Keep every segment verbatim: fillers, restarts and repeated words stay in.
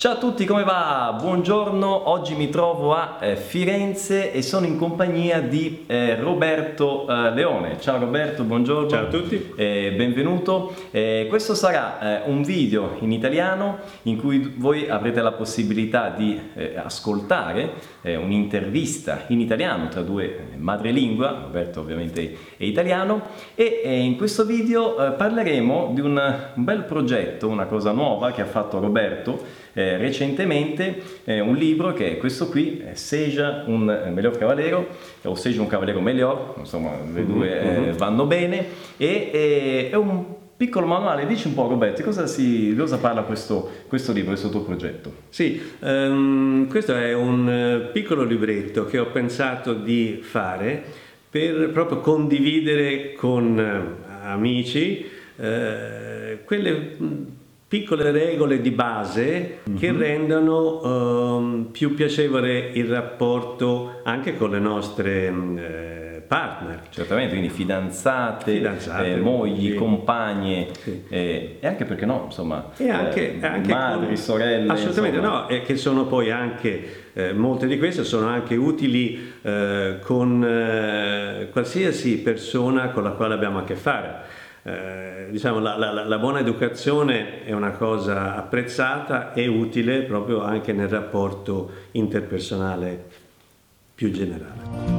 Ciao a tutti, come va? Buongiorno, oggi mi trovo a eh, Firenze e sono in compagnia di eh, Roberto eh, Leone. Ciao Roberto, buongiorno. Ciao a tutti. Eh, benvenuto. Eh, questo sarà eh, un video in italiano in cui voi avrete la possibilità di eh, ascoltare eh, un'intervista in italiano tra due madrelingua, Roberto ovviamente è italiano, e eh, in questo video eh, parleremo di un, un bel progetto, una cosa nuova che ha fatto Roberto Eh, recentemente, eh, un libro che è questo qui, eh, Seja un eh, Melhor Cavaleiro, o Seja un Cavaliere Melhor, insomma le due eh, vanno bene, e eh, è un piccolo manuale. Dici un po', Roberto, cosa, si, cosa parla questo, questo libro, questo tuo progetto? Sì, um, questo è un uh, piccolo libretto che ho pensato di fare per proprio condividere con uh, amici uh, quelle piccole regole di base mm-hmm. che rendono um, più piacevole il rapporto anche con le nostre eh, partner. Certamente, quindi fidanzate, fidanzate eh, mogli, sì. compagne sì. eh, e anche perché no, insomma, e anche, eh, anche madri, con, sorelle. Assolutamente insomma. no, e che sono poi anche, eh, molte di queste sono anche utili eh, con eh, qualsiasi persona con la quale abbiamo a che fare. Eh, diciamo la, la, la buona educazione è una cosa apprezzata e utile proprio anche nel rapporto interpersonale più generale.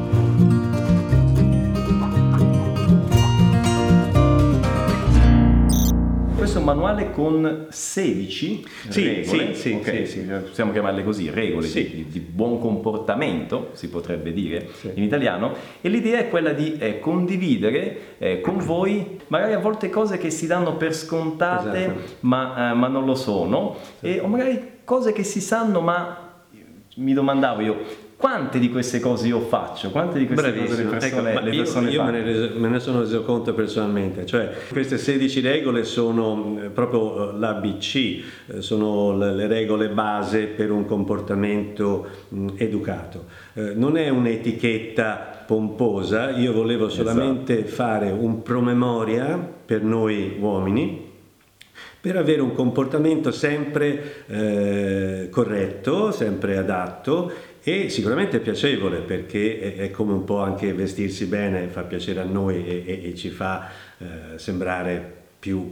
Questo è un manuale con sedici sì, regole, sì, sì, okay, sì, sì. possiamo chiamarle così, regole sì. di, di buon comportamento, si potrebbe dire sì. in italiano, e l'idea è quella di eh, condividere eh, con voi magari a volte cose che si danno per scontate, esatto. ma, eh, ma non lo sono, sì. e, o magari cose che si sanno ma mi domandavo io, quante di queste cose io faccio? Quante di queste Bravissimo. cose le persone, ecco, le persone io, io fanno? me, ne reso, me ne sono reso conto personalmente, cioè queste sedici regole sono proprio l'A B C, sono le regole base per un comportamento mh, educato. Eh, non è un'etichetta pomposa, io volevo solamente esatto. fare un promemoria per noi uomini, per avere un comportamento sempre eh, corretto, sempre adatto e sicuramente piacevole, perché è, è come un po' anche vestirsi bene, fa piacere a noi e, e, e ci fa eh, sembrare più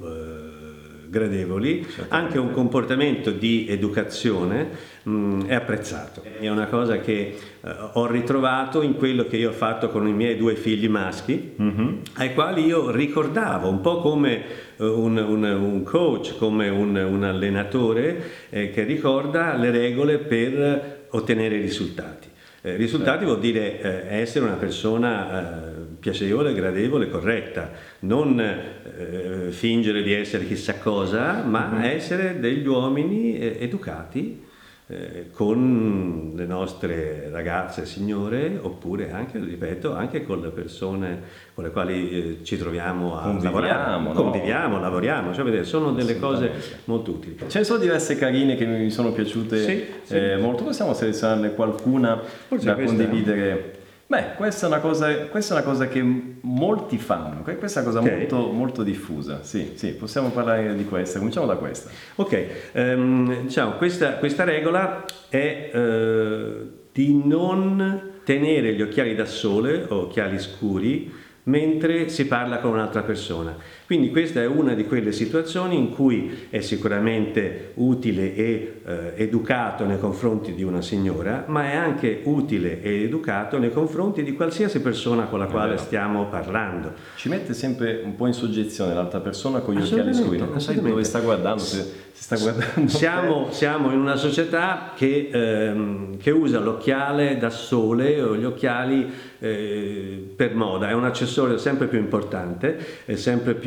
eh, gradevoli. Anche un comportamento di educazione mh, è apprezzato. È una cosa che eh, ho ritrovato in quello che io ho fatto con i miei due figli maschi, mm-hmm. ai quali io ricordavo, un po' come un, un, un coach, come un, un allenatore eh, che ricorda le regole per ottenere risultati. Eh, risultati certo. vuol dire eh, essere una persona eh, piacevole, gradevole, corretta, non eh, fingere di essere chissà cosa, ma mm-hmm. essere degli uomini eh, educati eh, con le nostre ragazze signore, oppure anche, ripeto, anche con le persone con le quali eh, ci troviamo a conviviamo, lavorare, no? conviviamo, lavoriamo, cioè, vedete, sono delle cose molto utili. Ce ne sono diverse carine che mi sono piaciute sì, sì. Eh, molto, possiamo selezionarne qualcuna Forse da condividere. Beh, questa è una cosa, questa è una cosa che molti fanno, questa è una cosa okay. molto, molto diffusa, sì, sì, possiamo parlare di questa, cominciamo da questa. Ok, um, diciamo, questa, questa regola è uh, di non tenere gli occhiali da sole o occhiali scuri mentre si parla con un'altra persona. Quindi questa è una di quelle situazioni in cui è sicuramente utile e eh, educato nei confronti di una signora, ma è anche utile e educato nei confronti di qualsiasi persona con la quale stiamo parlando. Ci mette sempre un po' in soggezione l'altra persona con gli occhiali scuri, non sai dove sta guardando, se, se sta guardando. Siamo, siamo in una società che, ehm, che usa l'occhiale da sole o gli occhiali eh, per moda, è un accessorio sempre più importante, è sempre più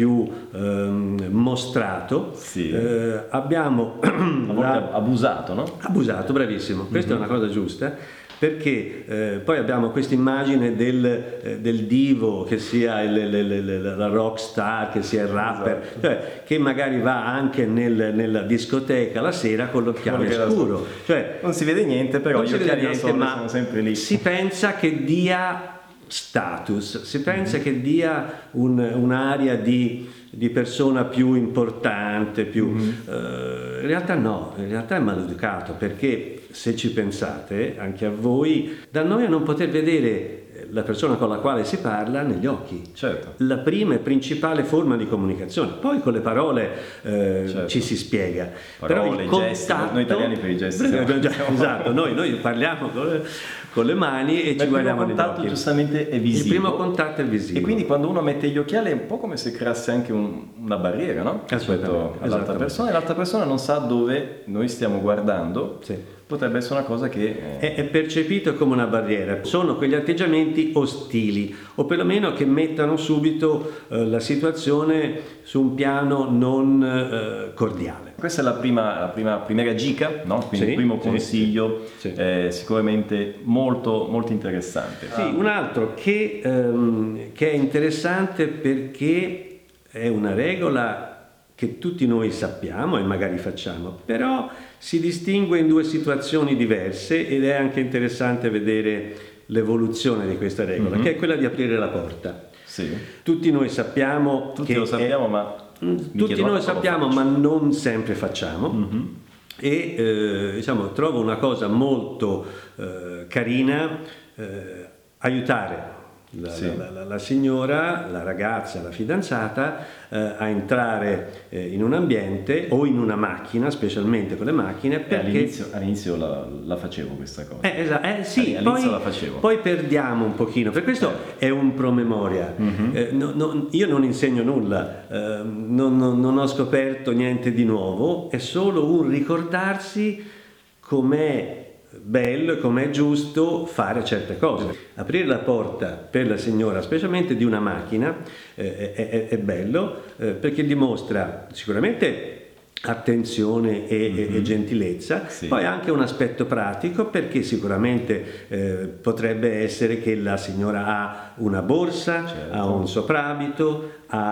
ehm, mostrato. Sì. Eh, abbiamo a volte la... abusato, no? Abusato, bravissimo. Questa mm-hmm. è una cosa giusta, perché eh, poi abbiamo questa immagine del, eh, del divo, che sia il, il, il, la rock star, che sia il rapper, esatto. cioè, che magari va anche nel, nella discoteca la sera con l'occhiale scuro. Cioè, non si vede niente, però gli occhiali niente, sono sempre lì. Si pensa che dia status, si pensa mm-hmm. che dia un, un'area di di persona più importante, più... Mm-hmm. Eh, in realtà no, in realtà è maleducato, perché se ci pensate, anche a voi, da noi a non poter vedere la persona con la quale si parla negli occhi. Certo. La prima e principale forma di comunicazione. Poi con le parole eh, certo. ci si spiega. Parole, Però il gesti, contatto... noi italiani per i gesti siamo... Esatto, noi, noi parliamo con le, con le mani e Ma ci guardiamo negli occhi. Il primo contatto giustamente è visivo. Il primo contatto è visivo. E quindi quando uno mette gli occhiali è un po' come se creasse anche un, una barriera, no? Rispetto all'altra persona, e l'altra persona non sa dove noi stiamo guardando. Sì. Potrebbe essere una cosa che... Eh... È, è percepito come una barriera. Sono quegli atteggiamenti ostili, o perlomeno che mettano subito eh, la situazione su un piano non eh, cordiale. Questa è la prima, la prima primera gica, no? Quindi sì, il primo sì, consiglio, sì. Eh, sicuramente molto, molto interessante. Sì, un altro che, ehm, che è interessante perché è una regola che tutti noi sappiamo e magari facciamo, però si distingue in due situazioni diverse ed è anche interessante vedere l'evoluzione di questa regola, mm-hmm. che è quella di aprire la porta. Sì. Tutti noi sappiamo tutti che lo sappiamo, è, ma tutti noi sappiamo, ma non sempre facciamo. Mm-hmm. E eh, diciamo, trovo una cosa molto eh, carina eh, aiutare La, sì. la, la, la signora, la ragazza, la fidanzata eh, a entrare eh, in un ambiente o in una macchina, specialmente con le macchine, perché all'inizio, all'inizio la, la facevo questa cosa. Eh, esatto, eh, sì, all'inizio poi, la facevo. Poi perdiamo un pochino, per questo eh. è un promemoria. Mm-hmm. Eh, no, no, io non insegno nulla, eh, non, non, non ho scoperto niente di nuovo, è solo un ricordarsi com'è bello, com'è giusto fare certe cose. Aprire la porta per la signora, specialmente di una macchina, eh, è, è bello eh, perché dimostra sicuramente attenzione e, mm-hmm. e gentilezza, sì. Poi anche un aspetto pratico, perché sicuramente eh, potrebbe essere che la signora ha una borsa, certo. ha un soprabito,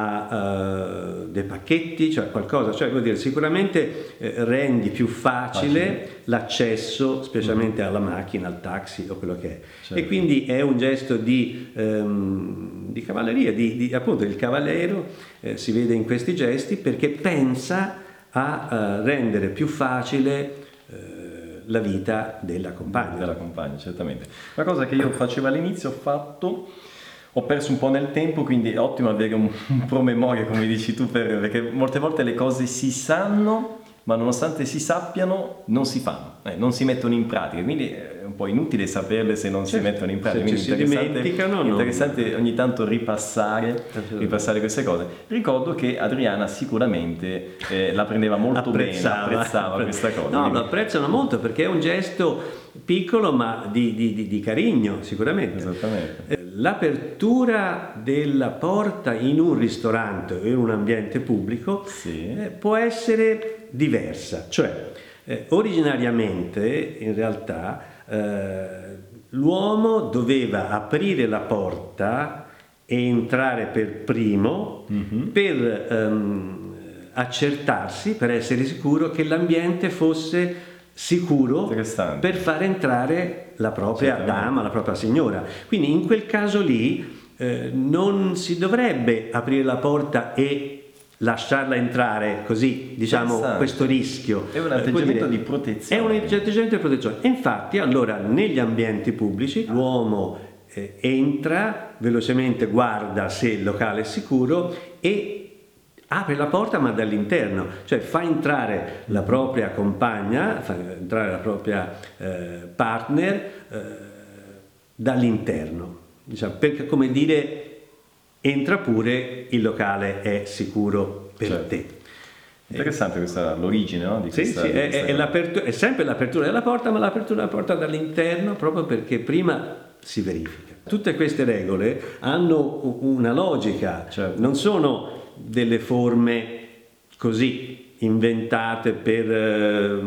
ha uh, dei pacchetti, cioè qualcosa, cioè vuol dire sicuramente eh, rendi più facile, facile. l'accesso, specialmente mm-hmm. alla macchina, al taxi o quello che è. Certo. E quindi è un gesto di, um, di cavalleria, di, di, appunto il cavaliero eh, si vede in questi gesti perché pensa a uh, rendere più facile uh, la vita della compagna. Della compagna, certamente. Una cosa che io facevo all'inizio, ho fatto, ho perso un po' nel tempo, quindi è ottimo avere un, un promemoria, come dici tu, per, perché molte volte le cose si sanno, ma nonostante si sappiano, non si fanno, eh, non si mettono in pratica, quindi è un po' inutile saperle se non certo. si mettono in pratica. Se quindi ci si dimenticano, no. Interessante ogni tanto ripassare, ripassare queste cose. Ricordo che Adriana sicuramente eh, la prendeva molto apprezzava. bene, apprezzava questa cosa. No, quindi... lo apprezzano molto perché è un gesto piccolo ma di, di, di, di carigno, sicuramente. Esattamente. L'apertura della porta in un ristorante o in un ambiente pubblico sì. eh, può essere diversa, cioè eh, originariamente in realtà eh, l'uomo doveva aprire la porta e entrare per primo mm-hmm. per ehm, accertarsi, per essere sicuro che l'ambiente fosse sicuro per far entrare la propria dama, la propria signora. Quindi in quel caso lì eh, non si dovrebbe aprire la porta e lasciarla entrare così, diciamo, questo rischio. È un atteggiamento eh, di protezione. È un atteggiamento di protezione. Infatti, allora, negli ambienti pubblici l'uomo eh, entra, velocemente guarda se il locale è sicuro e apre la porta ma dall'interno, cioè fa entrare la propria compagna, fa entrare la propria eh, partner eh, dall'interno, diciamo, perché come dire entra pure, il locale è sicuro per certo. te. Interessante questa l'origine, no? Di questa, sì, sì, di questa... è, è, l'apertura, è sempre l'apertura della porta, ma l'apertura della porta dall'interno proprio perché prima si verifica. Tutte queste regole hanno una logica, certo. non sono delle forme così inventate per eh,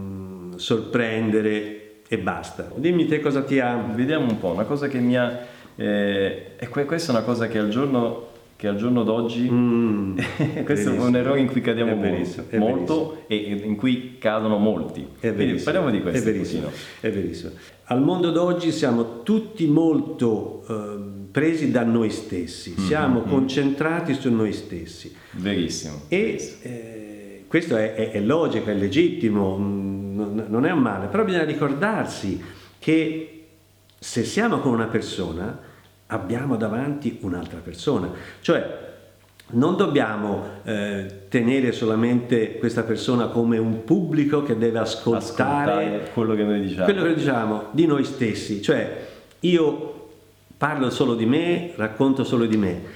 sorprendere e basta. Dimmi te cosa ti ha... Vediamo un po', una cosa che mi ha... Eh, e questa è una cosa che al giorno che al giorno d'oggi Mm, questo è un errore in cui cadiamo è verissimo, è molto e in cui cadono molti. È Quindi parliamo di questo. È verissimo, è verissimo. Al mondo d'oggi siamo tutti molto eh, presi da noi stessi, siamo mm-hmm. concentrati su noi stessi. Verissimo. E eh, questo è, è, è logico, è legittimo, mh, non è un male, però bisogna ricordarsi che se siamo con una persona abbiamo davanti un'altra persona, cioè non dobbiamo eh, tenere solamente questa persona come un pubblico che deve ascoltare, ascoltare quello che noi diciamo. quello che diciamo di noi stessi, cioè io parlo solo di me, racconto solo di me.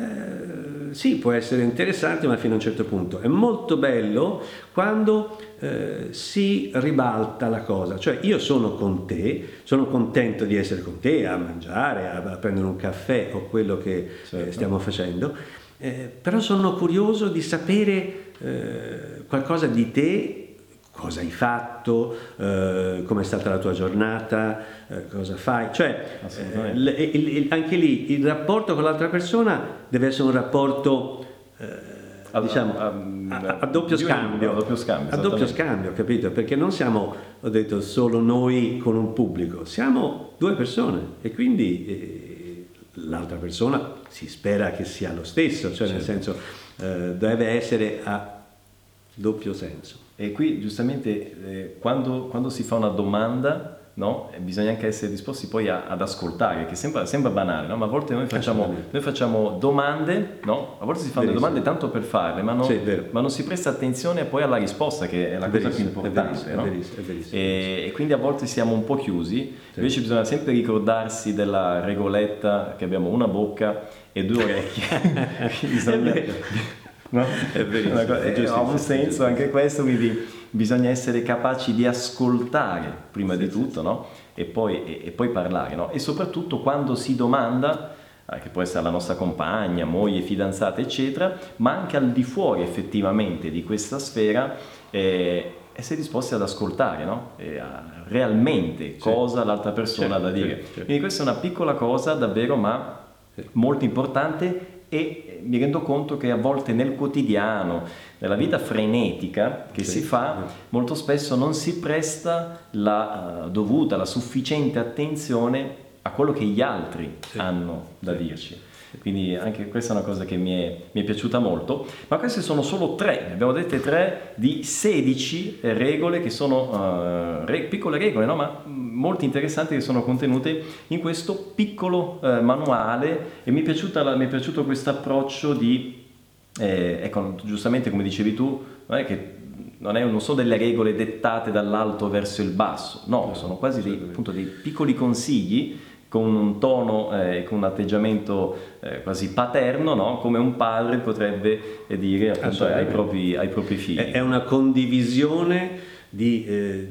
Eh, sì, può essere interessante, ma fino a un certo punto. È molto bello quando eh, si ribalta la cosa, cioè io sono con te, sono contento di essere con te a mangiare, a, a prendere un caffè o quello che certo. eh, stiamo facendo, eh, però sono curioso di sapere eh, qualcosa di te. Cosa hai fatto, eh, come è stata la tua giornata, eh, cosa fai, cioè eh, l- il, il, anche lì il rapporto con l'altra persona deve essere un rapporto eh, a, diciamo a, a, a doppio scambio, a doppio scambio, a doppio scambio, capito? Perché non siamo, ho detto, solo noi con un pubblico, siamo due persone e quindi eh, l'altra persona si spera che sia lo stesso, cioè certo. nel senso eh, deve essere a doppio senso. E qui giustamente eh, quando, quando si fa una domanda, no? bisogna anche essere disposti poi a, ad ascoltare, che sembra, sembra banale, no? Ma a volte noi facciamo, noi facciamo domande, no? A volte si fanno le domande tanto per farle, ma non, sì, ma non si presta attenzione poi alla risposta, che è la cosa più importante. È verissimo, no? è verissimo, è verissimo, e, e quindi a volte siamo un po' chiusi, sì. Invece bisogna sempre ricordarsi della regoletta che abbiamo una bocca e due orecchie. bisogna, no? È verissimo, è è ha un senso anche questo, quindi bisogna essere capaci di ascoltare prima sì, di tutto, sì, no? e, poi, e, e poi parlare, no? E soprattutto quando si domanda, eh, che può essere la nostra compagna, moglie, fidanzata, eccetera, ma anche al di fuori effettivamente di questa sfera, eh, essere disposti ad ascoltare, no? E a realmente sì. cosa l'altra persona ha da dire. Sì, sì. Quindi questa è una piccola cosa davvero, ma sì. molto importante. E mi rendo conto che a volte nel quotidiano, nella vita frenetica che sì, si fa, sì. molto spesso non si presta la uh, dovuta, la sufficiente attenzione a quello che gli altri sì. hanno da sì. dirci. Quindi anche questa è una cosa che mi è, mi è piaciuta molto, ma queste sono solo tre, ne abbiamo dette tre di sedici regole che sono uh, re, piccole regole, no? ma molto interessanti, che sono contenute in questo piccolo uh, manuale, e mi è, piaciuta la, mi è piaciuto questo approccio di, eh, ecco, giustamente come dicevi tu, non è che non, è, non sono delle regole dettate dall'alto verso il basso, no, no sono quasi dei, appunto, dei piccoli consigli con un tono e eh, con un atteggiamento eh, quasi paterno, no? Come un padre potrebbe eh, dire appunto, ai, propri, ai propri figli. È una condivisione di, eh,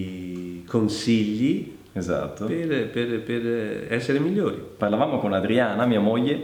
di consigli esatto. per, per, per essere migliori. Parlavamo con Adriana, mia moglie,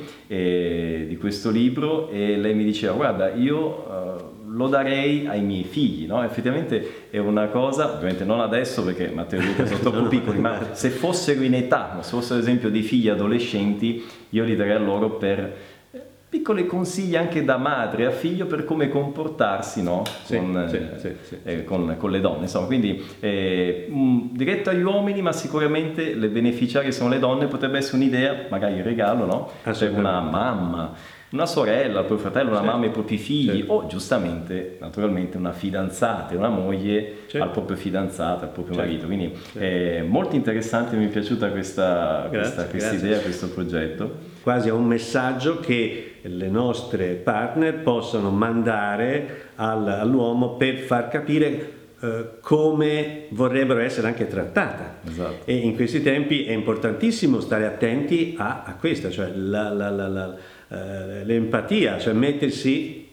eh, di questo libro, e lei mi diceva: guarda, io eh, lo darei ai miei figli, no? Effettivamente è una cosa, ovviamente non adesso perché Matteo e Luca sono troppo piccoli, ma se fossero in età, se fossero ad esempio dei figli adolescenti, io li darei a loro per piccoli consigli anche da madre a figlio per come comportarsi, no? Sì, con, sì, eh, sì, sì, eh, con, con le donne, insomma. Quindi eh, mh, diretto agli uomini, ma sicuramente le beneficiarie sono le donne. Potrebbe essere un'idea, magari il regalo, no? Per una mamma, una sorella, il proprio fratello, una certo. mamma ai propri figli, certo. o giustamente, naturalmente, una fidanzata e una moglie certo. al proprio fidanzato, al proprio certo. marito. Quindi certo. è molto interessante, mi è piaciuta questa, questa, questa idea, questo progetto. Quasi a un messaggio che le nostre partner possono mandare al, all'uomo per far capire eh, come vorrebbero essere anche trattate. Esatto. E in questi tempi è importantissimo stare attenti a, a questo, cioè la, la, la, la, uh, l'empatia, cioè mettersi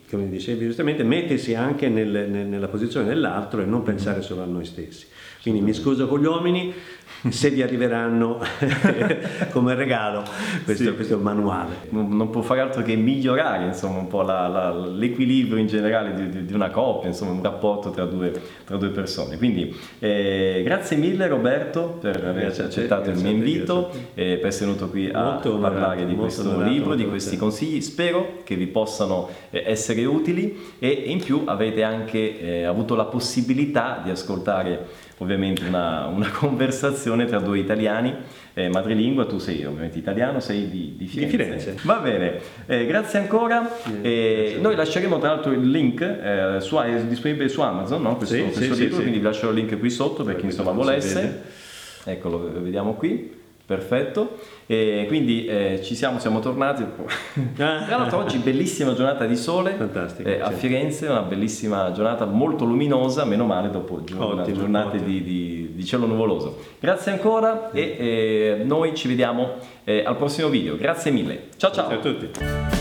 come dicevi giustamente, mettersi anche nel, nel, nella posizione dell'altro e non pensare solo a noi stessi. Quindi mi scuso con gli uomini se vi arriveranno come regalo questo, sì. questo manuale. Non può fare altro che migliorare insomma un po' la, la, l'equilibrio in generale di, di, di una coppia, insomma un rapporto tra due, tra due persone. Quindi eh, grazie mille Roberto per aver accettato il mio invito e per essere venuto qui a molto parlare onorato, di questo onorato, libro, di questi consigli. Spero che vi possano eh, essere utili e in più avete anche eh, avuto la possibilità di ascoltare ovviamente una, una conversazione tra due italiani eh, madrelingua. Tu sei ovviamente italiano, sei di, di, Firenze. di Firenze. Va bene, eh, grazie ancora. Eh, grazie. Noi lasceremo tra l'altro il link, eh, su, è disponibile su Amazon, no? questo, sì, questo sì, libro, sì, quindi sì. vi lascerò il link qui sotto per chi insomma volesse. Eccolo, vediamo qui. Perfetto, e quindi eh, ci siamo, siamo tornati. Tra l'altro oggi bellissima giornata di sole eh, a Firenze, una bellissima giornata molto luminosa, meno male dopo giorn- ottimo, giornate ottimo. Di, di, di cielo nuvoloso. Grazie ancora e eh, noi ci vediamo eh, al prossimo video, grazie mille, ciao ciao! Ciao a tutti!